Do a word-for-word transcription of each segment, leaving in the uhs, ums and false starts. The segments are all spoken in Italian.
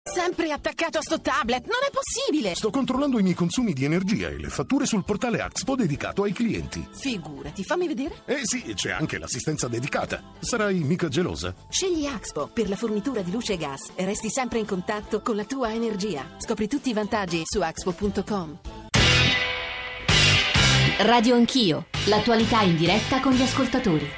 Sempre attaccato a sto tablet, non è possibile! Sto controllando i miei consumi di energia e le fatture sul portale Axpo dedicato ai clienti. Figurati, fammi vedere. Eh sì, c'è anche l'assistenza dedicata. Sarai mica gelosa? Scegli Axpo per la fornitura di luce e gas e resti sempre in contatto con la tua energia. Scopri tutti i vantaggi su axpo punto com. Radio Anch'io, l'attualità in diretta con gli ascoltatori.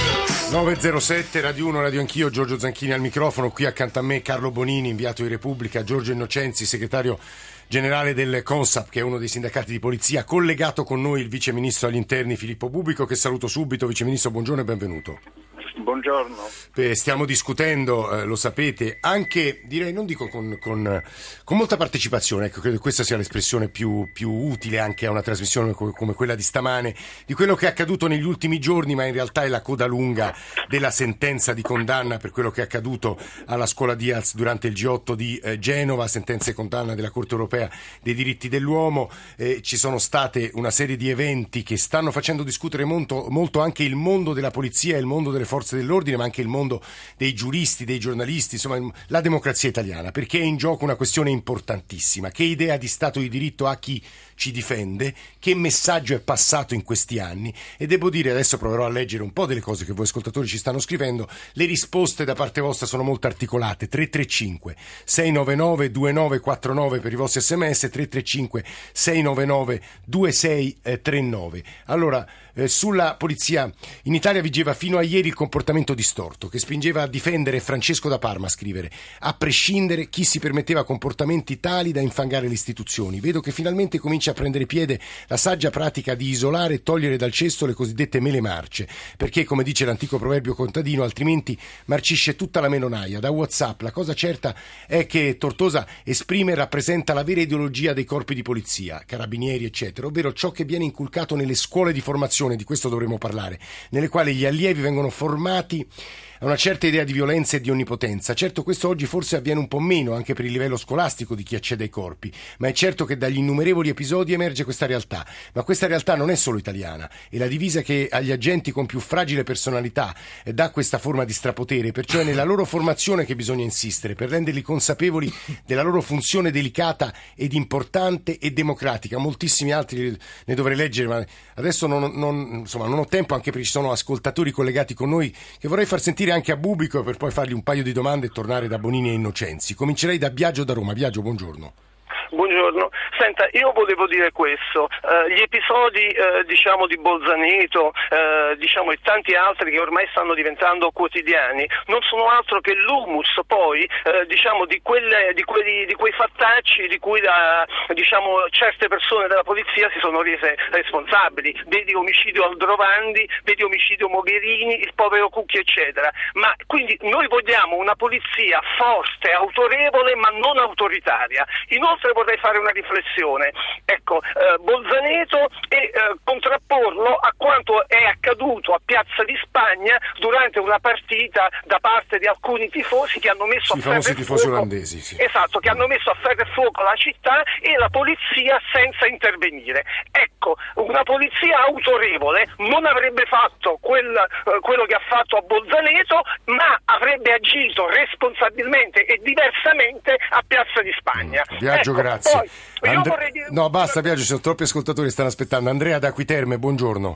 nove zero sette Radio uno, Radio Anch'io, Giorgio Zanchini al microfono, qui accanto a me Carlo Bonini, inviato di Repubblica, Giorgio Innocenzi, segretario generale del Consap, che è uno dei sindacati di polizia, collegato con noi il vice ministro agli interni Filippo Bubbico, che saluto subito. Vice ministro, buongiorno e benvenuto. Buongiorno. Eh, stiamo discutendo, eh, lo sapete, anche, direi, non dico con, con, con molta partecipazione, ecco, credo che questa sia l'espressione più, più utile anche a una trasmissione come, come quella di stamane, di quello che è accaduto negli ultimi giorni, ma in realtà è la coda lunga della sentenza di condanna per quello che è accaduto alla scuola Diaz durante il G otto di eh, Genova, sentenza e condanna della Corte Europea dei diritti dell'uomo. Eh, ci sono state una serie di eventi che stanno facendo discutere molto, molto anche il mondo della polizia e il mondo delle forze dell'ordine, ma anche il mondo dei giuristi, dei giornalisti, insomma la democrazia italiana, perché è in gioco una questione importantissima. Che idea di Stato di diritto ha chi ci difende? Che messaggio è passato in questi anni? E devo dire, adesso proverò a leggere un po' delle cose che voi ascoltatori ci stanno scrivendo. Le risposte da parte vostra sono molto articolate. tre tre cinque sei nove nove due nove quattro nove per i vostri sms, tre tre cinque sei nove nove due sei tre nove. Allora, eh, sulla polizia in Italia vigeva fino a ieri il comportamento distorto che spingeva a difendere Francesco da Parma a scrivere: a prescindere chi si permetteva comportamenti tali da infangare le istituzioni. Vedo che finalmente comincia a prendere piede la saggia pratica di isolare e togliere dal cesto le cosiddette mele marce, perché, come dice l'antico proverbio contadino, altrimenti marcisce tutta la melonaia. Da WhatsApp la cosa certa è che Tortosa esprime e rappresenta la vera ideologia dei corpi di polizia, carabinieri eccetera, ovvero ciò che viene inculcato nelle scuole di formazione, di questo dovremo parlare, nelle quali gli allievi vengono formati a una certa idea di violenza e di onnipotenza. Certo, questo oggi forse avviene un po' meno anche per il livello scolastico di chi accede ai corpi, ma è certo che dagli innumerevoli episodi emerge questa realtà. Ma questa realtà non è solo italiana, e la divisa che agli agenti con più fragile personalità dà questa forma di strapotere, perciò è nella loro formazione che bisogna insistere per renderli consapevoli della loro funzione delicata ed importante e democratica. Moltissimi altri ne dovrei leggere, ma adesso non, non, insomma, non ho tempo, anche perché ci sono ascoltatori collegati con noi che vorrei far sentire anche a Bubbico, per poi fargli un paio di domande e tornare da Bonini e Innocenzi. Comincerei da Biagio da Roma. Biagio, buongiorno. Buongiorno. Senta, io volevo dire questo, eh, gli episodi eh, diciamo di Bolzaneto eh, diciamo e tanti altri che ormai stanno diventando quotidiani non sono altro che l'humus poi eh, diciamo di quelle di quelli di quei fattacci di cui la, diciamo certe persone della polizia si sono rese responsabili. Vedi omicidio Aldrovandi, vedi omicidio Mogherini, il povero Cucchi eccetera. Ma quindi noi vogliamo una polizia forte, autorevole ma non autoritaria. Inoltre vorrei fare una riflessione, ecco, eh, Bolzaneto e eh, contrapporlo a quanto è accaduto a Piazza di Spagna durante una partita da parte di alcuni tifosi che hanno messo sì, a ferro e tifosi fuoco, olandesi, sì. esatto, che hanno messo a ferro e fuoco la città e la polizia senza intervenire. Ecco, una polizia autorevole non avrebbe fatto quel, eh, quello che ha fatto a Bolzaneto, ma avrebbe agito responsabilmente e diversamente a Piazza di Spagna. Mm, Biagio, ecco, grazie. poi, Andre... vorrei dire... No, basta Biagio, ci sono troppi ascoltatori che stanno aspettando. Andrea da Acquiterme, buongiorno.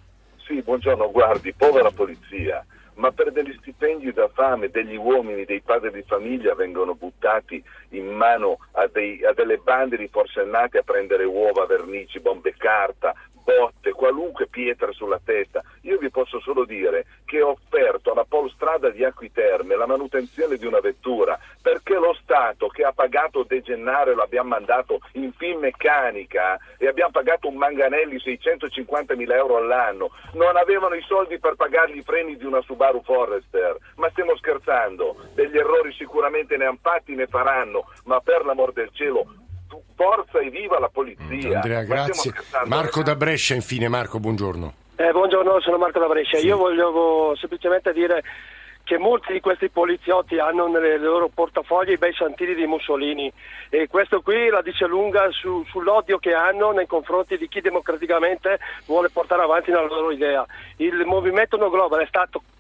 Sì, buongiorno, guardi, povera polizia, ma per degli stipendi da fame degli uomini, dei padri di famiglia vengono buttati in mano a, dei, a delle bande di forsennati a prendere uova, vernici, bombe carta, botte, qualunque pietra sulla testa. Io vi posso solo dire che ho offerto alla Polstrada di Acquiterme la manutenzione di una vettura, perché lo Stato che ha pagato De Gennaro, lo abbiamo mandato in Finmeccanica e abbiamo pagato un Manganelli seicentocinquantamila euro all'anno, non avevano i soldi per pagargli i freni di una Subaru Forester. Ma stiamo scherzando? Degli errori sicuramente ne hanno fatti, ne faranno, ma per l'amor del cielo, forza e viva la polizia. Andrea, grazie. Marco da Brescia, infine. Marco, buongiorno. Eh, buongiorno, sono Marco da Brescia. Sì. Io volevo semplicemente dire che molti di questi poliziotti hanno nelle loro portafogli i bei santini di Mussolini, e questo qui la dice lunga su, sull'odio che hanno nei confronti di chi democraticamente vuole portare avanti la loro idea. Il movimento No Global è stato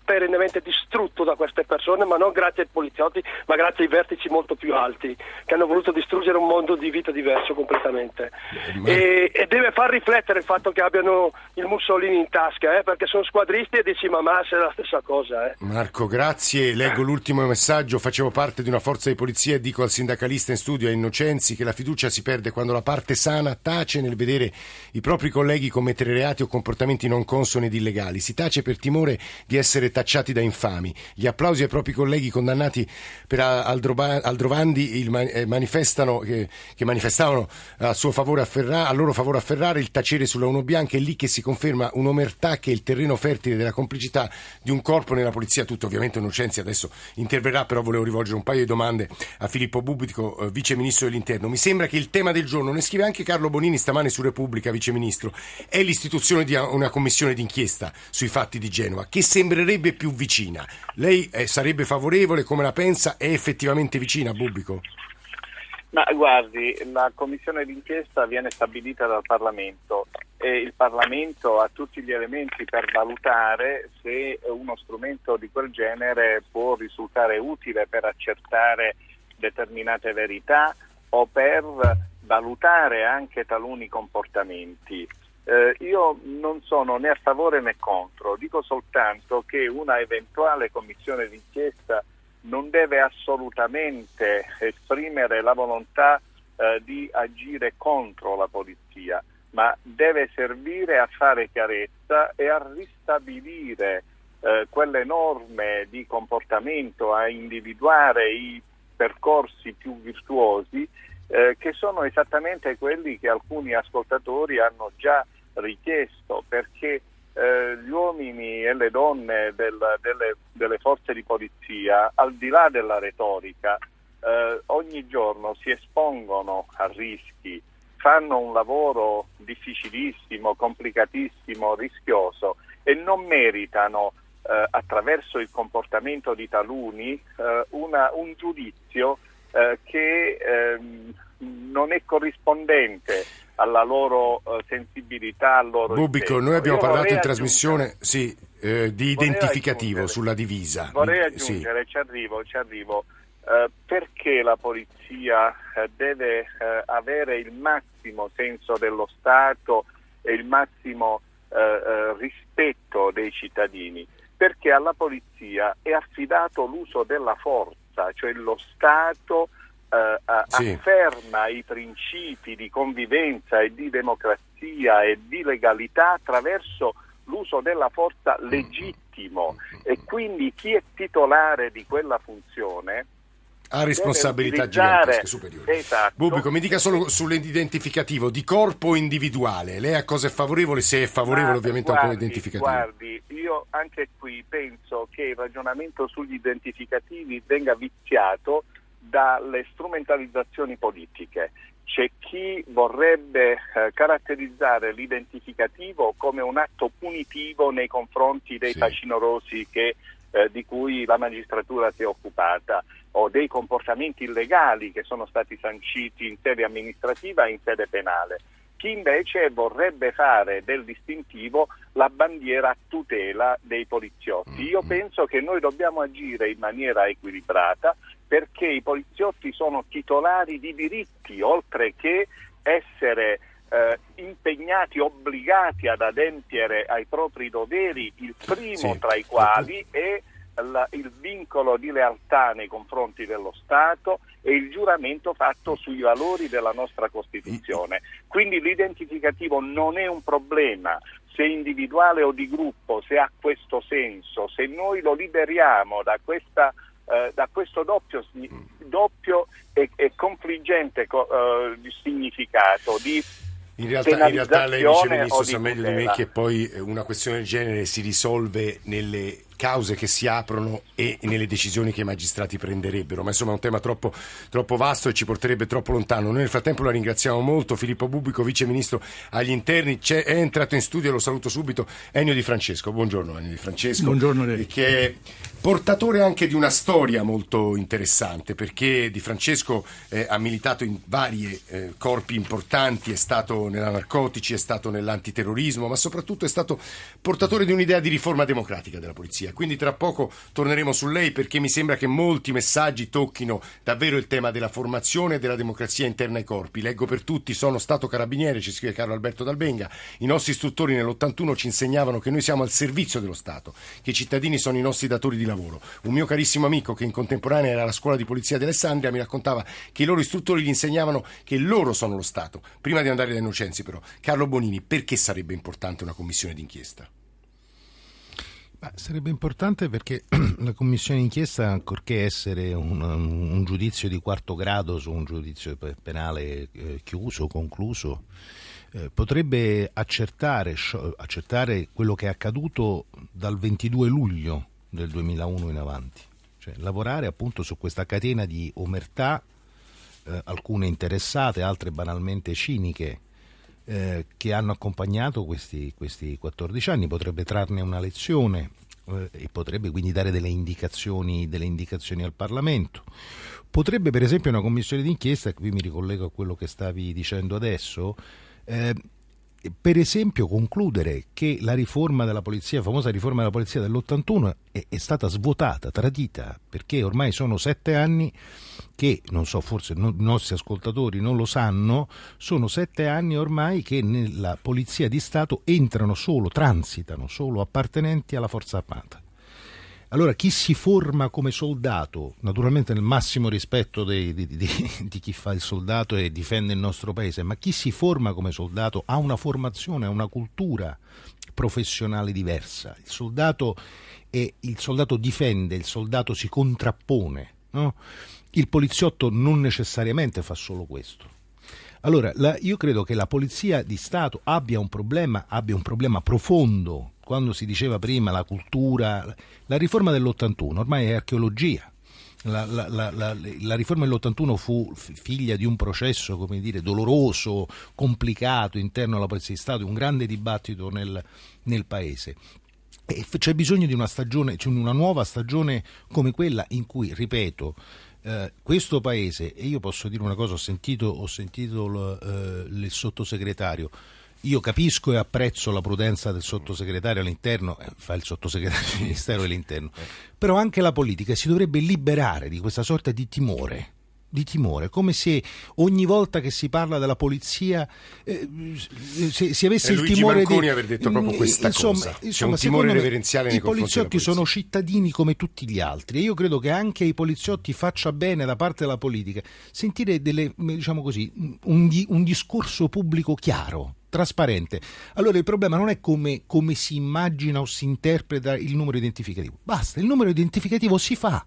perennemente distrutto da queste persone, ma non grazie ai poliziotti, ma grazie ai vertici molto più alti, che hanno voluto distruggere un mondo di vita diverso completamente. Ma... E, e deve far riflettere il fatto che abbiano il Mussolini in tasca, eh, perché sono squadristi e dici ma Massa è la stessa cosa. Eh. Marco, grazie. Leggo l'ultimo messaggio. Facevo parte di una forza di polizia e dico al sindacalista in studio, a Innocenzi, che la fiducia si perde quando la parte sana tace nel vedere i propri colleghi commettere reati o comportamenti non consoni ed illegali. Si tace per timore di essere tacciati da infami. Gli applausi ai propri colleghi condannati per Aldrovandi il manifestano che, che manifestavano a suo favore a Ferrara, a loro favore a Ferrara, il tacere sulla Uno Bianca, è lì che si conferma un'omertà che è il terreno fertile della complicità di un corpo nella polizia. Tutto ovviamente Innocenzi adesso interverrà, però volevo rivolgere un paio di domande a Filippo Bubbico, eh, vice ministro dell'interno. Mi sembra che il tema del giorno, ne scrive anche Carlo Bonini stamane su Repubblica, vice ministro, è l'istituzione di una commissione d'inchiesta sui fatti di Genova, che sembrerebbe più vicina. Lei eh, sarebbe favorevole? Come la pensa? È effettivamente vicina, Bubbico? Ma guardi, la commissione d'inchiesta viene stabilita dal Parlamento e il Parlamento ha tutti gli elementi per valutare se uno strumento di quel genere può risultare utile per accertare determinate verità o per valutare anche taluni comportamenti. Eh, io non sono né a favore né contro, dico soltanto che una eventuale commissione d'inchiesta non deve assolutamente esprimere la volontà eh, di agire contro la polizia, ma deve servire a fare chiarezza e a ristabilire eh, quelle norme di comportamento, a individuare i percorsi più virtuosi eh, che sono esattamente quelli che alcuni ascoltatori hanno già richiesto, perché Eh, gli uomini e le donne del, delle, delle forze di polizia, al di là della retorica, eh, ogni giorno si espongono a rischi, fanno un lavoro difficilissimo, complicatissimo, rischioso e non meritano eh, attraverso il comportamento di taluni eh, una, un giudizio eh, che eh, non è corrispondente alla loro uh, sensibilità, al loro Bubbico, intento. noi abbiamo Io parlato in aggiungere, trasmissione sì, eh, di identificativo sulla divisa. Vorrei aggiungere, sì. ci arrivo, ci arrivo. Uh, perché la polizia uh, deve uh, avere il massimo senso dello Stato e il massimo uh, uh, rispetto dei cittadini? Perché alla polizia è affidato l'uso della forza, cioè lo Stato Uh, uh, sì. afferma i principi di convivenza e di democrazia e di legalità attraverso l'uso della forza legittimo e quindi chi è titolare di quella funzione ha responsabilità utilizzare... gigantesche superiori. Esatto. Bubbico, mi dica solo sull'identificativo di corpo individuale, lei a cosa è favorevole? Se è favorevole, ma, ovviamente guardi, a un identificativo. Guardi, io anche qui penso che il ragionamento sugli identificativi venga viziato dalle strumentalizzazioni politiche. C'è chi vorrebbe eh, caratterizzare l'identificativo come un atto punitivo nei confronti dei sì. facinorosi che, eh, di cui la magistratura si è occupata o dei comportamenti illegali che sono stati sanciti in sede amministrativa e in sede penale. Chi invece vorrebbe fare del distintivo la bandiera a tutela dei poliziotti. Io penso che noi dobbiamo agire in maniera equilibrata, perché i poliziotti sono titolari di diritti, oltre che essere eh, impegnati, obbligati ad adempiere ai propri doveri, il primo sì. tra i quali è la, il vincolo di lealtà nei confronti dello Stato e il giuramento fatto sui valori della nostra Costituzione. Quindi l'identificativo non è un problema, se individuale o di gruppo, se ha questo senso, se noi lo liberiamo da questa Uh, da questo doppio, doppio e, e confliggente uh, significato di in realtà, in realtà lei vice ministro sa meglio di me che poi una questione del genere si risolve nelle cause che si aprono e nelle decisioni che i magistrati prenderebbero, ma insomma è un tema troppo, troppo vasto e ci porterebbe troppo lontano. Noi nel frattempo la ringraziamo molto. Filippo Bubbico, vice ministro agli interni, c'è, è entrato in studio, lo saluto subito, Ennio Di Francesco. Buongiorno Ennio Di Francesco. Buongiorno a lei. Che è portatore anche di una storia molto interessante, perché Di Francesco eh, ha militato in vari eh, corpi importanti, è stato nella narcotici, è stato nell'antiterrorismo, ma soprattutto è stato portatore di un'idea di riforma democratica della polizia. polizia. Quindi tra poco torneremo su lei, perché mi sembra che molti messaggi tocchino davvero il tema della formazione e della democrazia interna ai corpi. Leggo per tutti: sono stato carabiniere, ci scrive Carlo Alberto Dalbenga, i nostri istruttori nell'ottantuno ci insegnavano che noi siamo al servizio dello Stato, che i cittadini sono i nostri datori di lavoro. Un mio carissimo amico che in contemporanea era alla scuola di polizia di Alessandria mi raccontava che i loro istruttori gli insegnavano che loro sono lo Stato. Prima di andare da Innocenzi però, Carlo Bonini, perché sarebbe importante una commissione d'inchiesta? Beh, sarebbe importante perché la commissione d'inchiesta, ancorché essere un, un giudizio di quarto grado su un giudizio penale eh, chiuso, concluso, eh, potrebbe accertare, accertare quello che è accaduto dal ventidue luglio del duemilauno in avanti, cioè lavorare appunto su questa catena di omertà, eh, alcune interessate, altre banalmente ciniche, eh, che hanno accompagnato questi, questi quattordici anni. Potrebbe trarne una lezione eh, e potrebbe quindi dare delle indicazioni, delle indicazioni al Parlamento. Potrebbe per esempio una commissione d'inchiesta, qui mi ricollego a quello che stavi dicendo adesso, eh, per esempio concludere che la riforma della polizia, la famosa riforma della polizia dell'ottantuno è, è stata svuotata, tradita, perché ormai sono sette anni che, non so, forse no, i nostri ascoltatori non lo sanno, sono sette anni ormai che nella polizia di Stato entrano solo, transitano solo appartenenti alla forza armata. Allora chi si forma come soldato, naturalmente nel massimo rispetto dei, di, di, di chi fa il soldato e difende il nostro paese, ma chi si forma come soldato ha una formazione, ha una cultura professionale diversa. Il soldato, è, il soldato difende, il soldato si contrappone, no? Il poliziotto non necessariamente fa solo questo. Allora la, io credo che la polizia di Stato abbia un problema, abbia un problema profondo. Quando si diceva prima la cultura, la riforma dell'ottantuno ormai è archeologia. La, la, la, la, la riforma dell'ottantuno fu figlia di un processo, come dire, doloroso, complicato interno alla Polizia di Stato, un grande dibattito nel, nel paese. E c'è bisogno di una stagione, cioè una nuova stagione come quella in cui, ripeto, eh, questo paese, e io posso dire una cosa, ho sentito, ho sentito l, eh, il sottosegretario. Io capisco e apprezzo la prudenza del sottosegretario all'interno, eh, fa il sottosegretario del Ministero dell'Interno, però anche la politica si dovrebbe liberare di questa sorta di timore, di timore, come se ogni volta che si parla della polizia eh, se, si avesse e il Luigi timore Manconi di aver detto proprio questa insomma, cosa. C'è insomma, un timore reverenziale nei i poliziotti sono cittadini come tutti gli altri e io credo che anche ai poliziotti faccia bene da parte della politica sentire delle, diciamo così, un, un discorso pubblico chiaro, trasparente. Allora il problema non è come, come si immagina o si interpreta il numero identificativo, basta, il numero identificativo si fa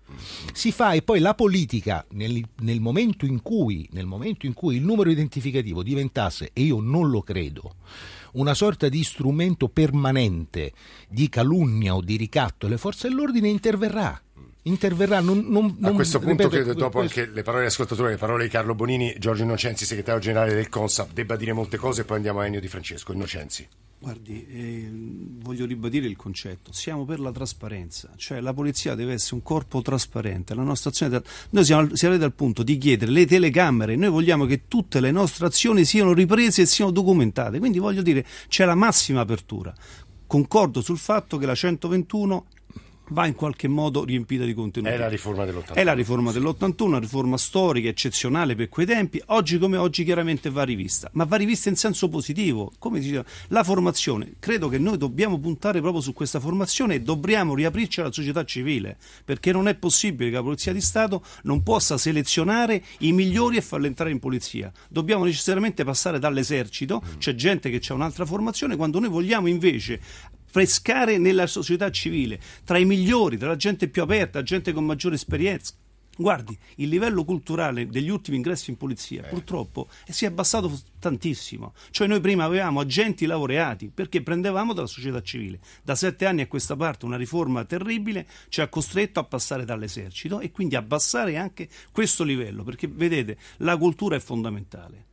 si fa e poi la politica nel, nel momento in cui nel momento in cui il numero identificativo diventasse, e io non lo credo, una sorta di strumento permanente di calunnia o di ricatto, le forze dell'ordine interverrà interverrà non, non, a questo non, punto ripeto, credo, dopo questo... anche le parole dell'ascoltatore, le parole di Carlo Bonini, Giorgio Innocenzi, segretario generale del Consap, debba dire molte cose e poi andiamo a Ennio Di Francesco. Innocenzi. Guardi, eh, voglio ribadire il concetto, siamo per la trasparenza, cioè la polizia deve essere un corpo trasparente, la nostra azione da... noi siamo, siamo arrivati al punto di chiedere le telecamere, noi vogliamo che tutte le nostre azioni siano riprese e siano documentate, quindi voglio dire c'è la massima apertura. Concordo sul fatto che la centoventuno va in qualche modo riempita di contenuti. È la riforma dell'ottantuno. È la riforma dell'ottantuno, una riforma storica, eccezionale per quei tempi, oggi come oggi chiaramente va rivista, ma va rivista in senso positivo, come diceva, la formazione, credo che noi dobbiamo puntare proprio su questa formazione e dobbiamo riaprirci alla società civile, perché non è possibile che la Polizia di Stato non possa selezionare i migliori e farli entrare in polizia, dobbiamo necessariamente passare dall'esercito, c'è gente che ha un'altra formazione, quando noi vogliamo invece frescare nella società civile, tra i migliori, tra la gente più aperta, gente con maggiore esperienza. Guardi, il livello culturale degli ultimi ingressi in polizia eh. purtroppo si è abbassato tantissimo. Cioè noi prima avevamo agenti laureati perché prendevamo dalla società civile. Da sette anni a questa parte una riforma terribile ci ha costretto a passare dall'esercito e quindi abbassare anche questo livello, perché vedete, la cultura è fondamentale.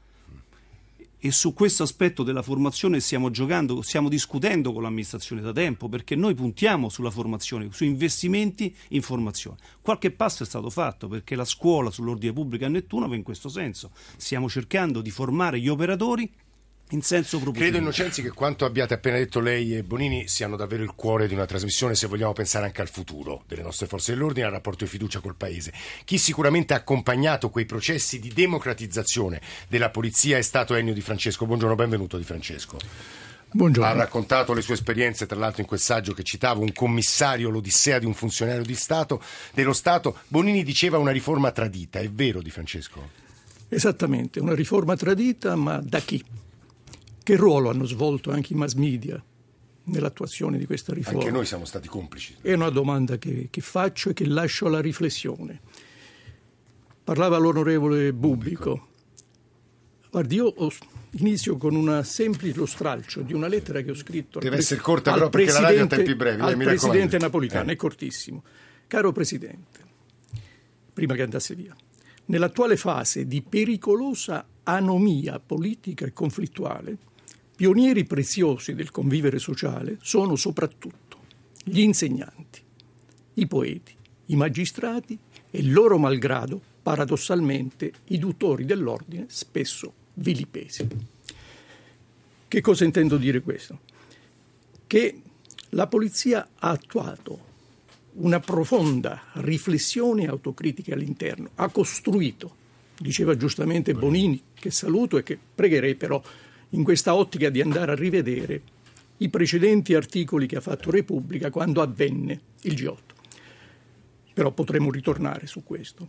E su questo aspetto della formazione stiamo giocando, stiamo discutendo con l'amministrazione da tempo, perché noi puntiamo sulla formazione, su investimenti in formazione. Qualche passo è stato fatto, perché la scuola sull'ordine pubblico a Nettuno va in questo senso. Stiamo cercando di formare gli operatori in senso propositivo. Credo, Innocenzi, che quanto abbiate appena detto lei e Bonini siano davvero il cuore di una trasmissione, se vogliamo pensare anche al futuro delle nostre forze dell'ordine, al rapporto di fiducia col Paese. Chi sicuramente ha accompagnato quei processi di democratizzazione della polizia è stato Ennio Di Francesco. Buongiorno, benvenuto Di Francesco. Buongiorno. Ha raccontato le sue esperienze, tra l'altro in quel saggio che citavo, un commissario, l'odissea di un funzionario di Stato, dello Stato. Bonini diceva una riforma tradita, è vero Di Francesco? Esattamente, una riforma tradita, ma da chi? Che ruolo hanno svolto anche i mass media nell'attuazione di questa riforma? Anche noi siamo stati complici. È una domanda che, che faccio e che lascio alla riflessione. Parlava l'onorevole Bubbico. Bubbico. Guardi, io ho, inizio con una semplice lo stralcio di una lettera che ho scritto Deve al, essere corta, al però, perché la radio ha tempi brevi. Al mi Presidente Napolitano, eh. è cortissimo. Caro Presidente, prima che andasse via, nell'attuale fase di pericolosa anomia politica e conflittuale, pionieri preziosi del convivere sociale sono soprattutto gli insegnanti, i poeti, i magistrati e, loro malgrado, paradossalmente, i tutori dell'ordine, spesso vilipesi. Che cosa intendo dire questo? Che la polizia ha attuato una profonda riflessione e autocritica all'interno, ha costruito, diceva giustamente Bonini, che saluto e che pregherei però in questa ottica di andare a rivedere i precedenti articoli che ha fatto Repubblica quando avvenne il G otto. Però potremo ritornare su questo.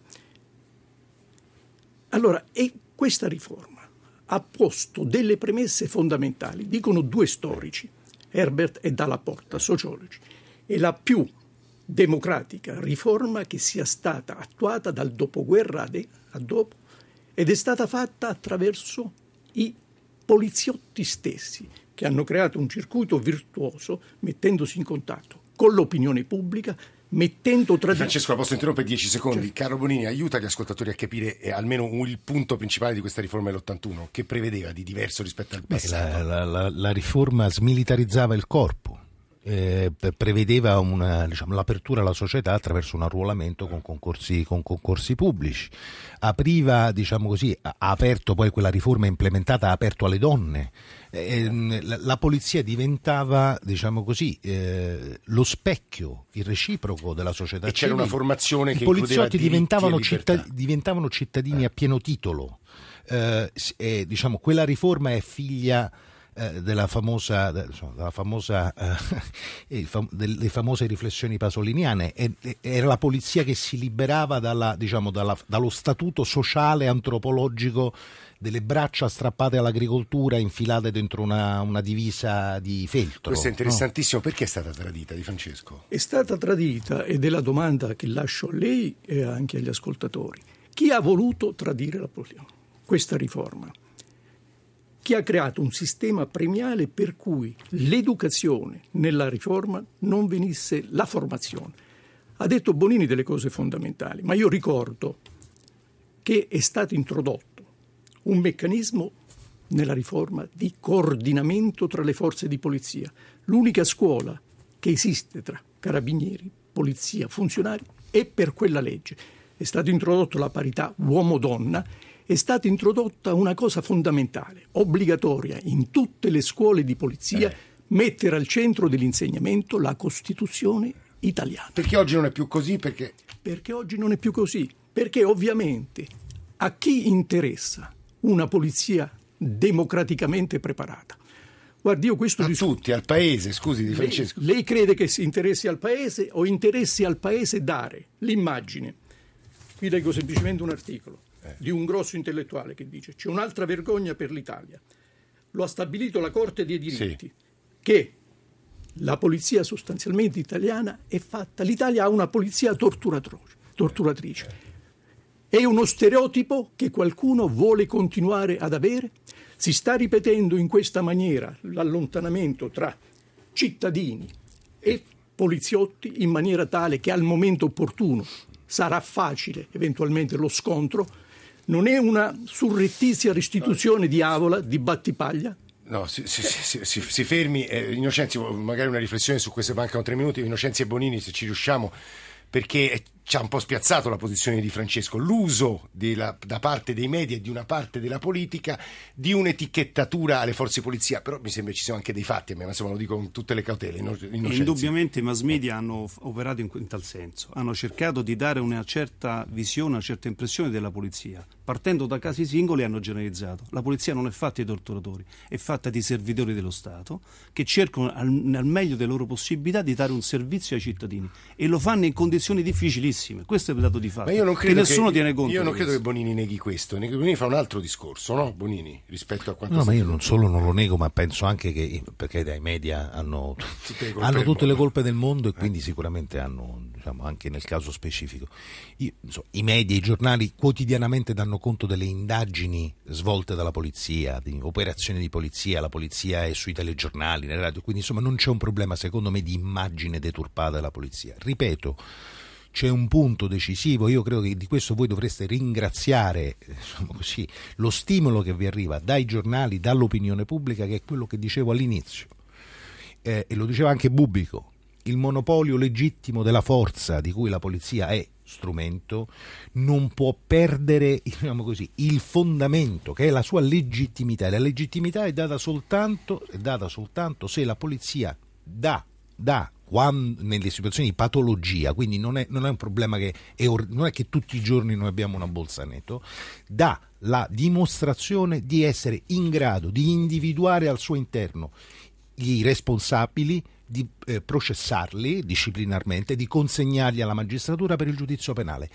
Allora, e questa riforma ha posto delle premesse fondamentali, dicono due storici, Herbert e Dalla Porta, sociologi, è la più democratica riforma che sia stata attuata dal dopoguerra a dopo ed è stata fatta attraverso i poliziotti stessi che hanno creato un circuito virtuoso mettendosi in contatto con l'opinione pubblica, mettendo tra... Francesco, la posso interrompere dieci secondi? Certo. Caro Bonini, aiuta gli ascoltatori a capire eh, almeno un, il punto principale di questa riforma dell'ottantuno, che prevedeva di diverso rispetto al passato. Beh, la, la, la riforma smilitarizzava il corpo. Eh, prevedeva una, diciamo, l'apertura alla società attraverso un arruolamento con concorsi, con concorsi pubblici, apriva, diciamo così, ha aperto poi quella riforma implementata, ha aperto alle donne, eh, la, la polizia diventava, diciamo così, eh, lo specchio, il reciproco della società e c'era civile. una formazione I che poliziotti diventavano, cittad- cittad- diventavano cittadini eh. a pieno titolo. Eh, e, diciamo, quella riforma è figlia Eh, della famosa, della famosa eh, fam- delle famose riflessioni pasoliniane. E, e, era la polizia che si liberava dalla, diciamo, dalla, dallo statuto sociale antropologico delle braccia strappate all'agricoltura infilate dentro una, una divisa di feltro. Questo è interessantissimo. No? Perché è stata tradita, Di Francesco? È stata tradita, ed è la domanda che lascio a lei e anche agli ascoltatori. Chi ha voluto tradire la, questa riforma? Chi ha creato un sistema premiale per cui l'educazione nella riforma non venisse la formazione. Ha detto Bonini delle cose fondamentali, ma io ricordo che è stato introdotto un meccanismo nella riforma di coordinamento tra le forze di polizia. L'unica scuola che esiste tra carabinieri, polizia, funzionari è per quella legge. È stata introdotta la parità uomo-donna. È stata introdotta una cosa fondamentale, obbligatoria in tutte le scuole di polizia, eh. mettere al centro dell'insegnamento la Costituzione italiana. Perché oggi non è più così? Perché, perché oggi non è più così? Perché ovviamente a chi interessa una polizia democraticamente preparata? Guardi, io questo a discorso... tutti, al Paese, scusi Di Francesco. Lei, lei crede che si interessi al Paese o interessi al Paese dare l'immagine? Qui leggo semplicemente un articolo di un grosso intellettuale che dice: c'è un'altra vergogna per l'Italia, lo ha stabilito la Corte dei diritti, sì. che la polizia sostanzialmente italiana è fatta, l'Italia ha una polizia torturatrice, è uno stereotipo che qualcuno vuole continuare ad avere, si sta ripetendo in questa maniera l'allontanamento tra cittadini e poliziotti in maniera tale che al momento opportuno sarà facile eventualmente lo scontro. Non è una surrettizia restituzione di Avola, di Battipaglia? No, si, si, si, si, si fermi. Eh, Innocenzi, magari una riflessione su queste, mancano tre minuti. Innocenzi e Bonini, se ci riusciamo, perché ci ha un po' spiazzato la posizione di Francesco, l'uso della, da parte dei media e di una parte della politica di un'etichettatura alle forze di polizia, però mi sembra ci siano anche dei fatti, ma insomma lo dico con tutte le cautele. Indubbiamente i mass media hanno operato in, in tal senso, hanno cercato di dare una certa visione, una certa impressione della polizia, partendo da casi singoli hanno generalizzato. La polizia non è fatta di torturatori, è fatta di servitori dello Stato che cercano al, al meglio delle loro possibilità di dare un servizio ai cittadini e lo fanno in condizioni difficilissime. Questo è il dato di fatto. Ma io non credo che nessuno che, tiene conto. Io non di credo questo. che Bonini neghi questo. Bonini fa un altro discorso, no? Bonini, rispetto a quanto. No, ma io non solo non lo nego, ma penso anche che, perché dai media hanno tutte le colpe, hanno tutte le colpe del mondo e quindi eh. sicuramente hanno, diciamo, anche nel caso specifico. Io, so, i media, i giornali quotidianamente danno conto delle indagini svolte dalla polizia, di operazioni di polizia, la polizia è sui telegiornali, nelle radio, quindi insomma non c'è un problema secondo me di immagine deturpata della polizia. Ripeto, c'è un punto decisivo, io credo che di questo voi dovreste ringraziare, insomma così, lo stimolo che vi arriva dai giornali, dall'opinione pubblica, che è quello che dicevo all'inizio, eh, e lo diceva anche Bubbico, il monopolio legittimo della forza di cui la polizia è strumento non può perdere, diciamo così, il fondamento che è la sua legittimità, e la legittimità è data soltanto, è data soltanto se la polizia dà, dà Quando, nelle situazioni di patologia, quindi non è, non è un problema che è, non è che tutti i giorni noi abbiamo una borsa a netto, dà la dimostrazione di essere in grado di individuare al suo interno i responsabili, di eh, processarli disciplinarmente, di consegnarli alla magistratura per il giudizio penale.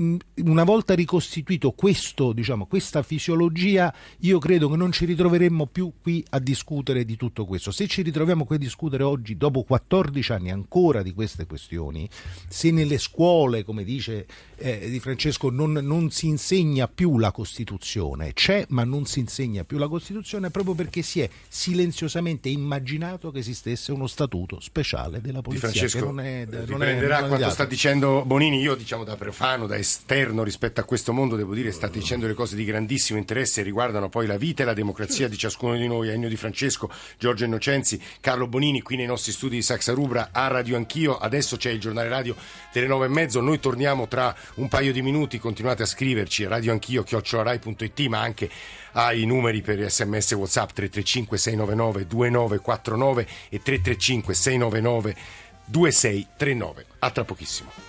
Una volta ricostituito questo, diciamo, questa fisiologia, io credo che non ci ritroveremmo più qui a discutere di tutto questo. Se ci ritroviamo qui a discutere oggi, dopo quattordici anni ancora di queste questioni, se nelle scuole, come dice eh, Di Francesco, non, non si insegna più la Costituzione, c'è ma non si insegna più la Costituzione, proprio perché si è silenziosamente immaginato che esistesse uno statuto speciale della polizia. Di Francesco, che non è, non riprenderà è quanto sta dicendo Bonini. Io, diciamo, da profano, da esterno rispetto a questo mondo, devo dire, state dicendo le cose di grandissimo interesse, riguardano poi la vita e la democrazia di ciascuno di noi. Ennio Di Francesco, Giorgio Innocenzi, Carlo Bonini, qui nei nostri studi di Saxa Rubra a Radio Anch'io. Adesso c'è il giornale radio delle nove e mezzo, noi torniamo tra un paio di minuti. Continuate a scriverci a radioanchio chiocciola rai punto it, ma anche ai numeri per sms WhatsApp tre tre cinque sei nove nove due nove quattro nove e tre tre cinque sei nove nove due sei tre nove. A tra pochissimo.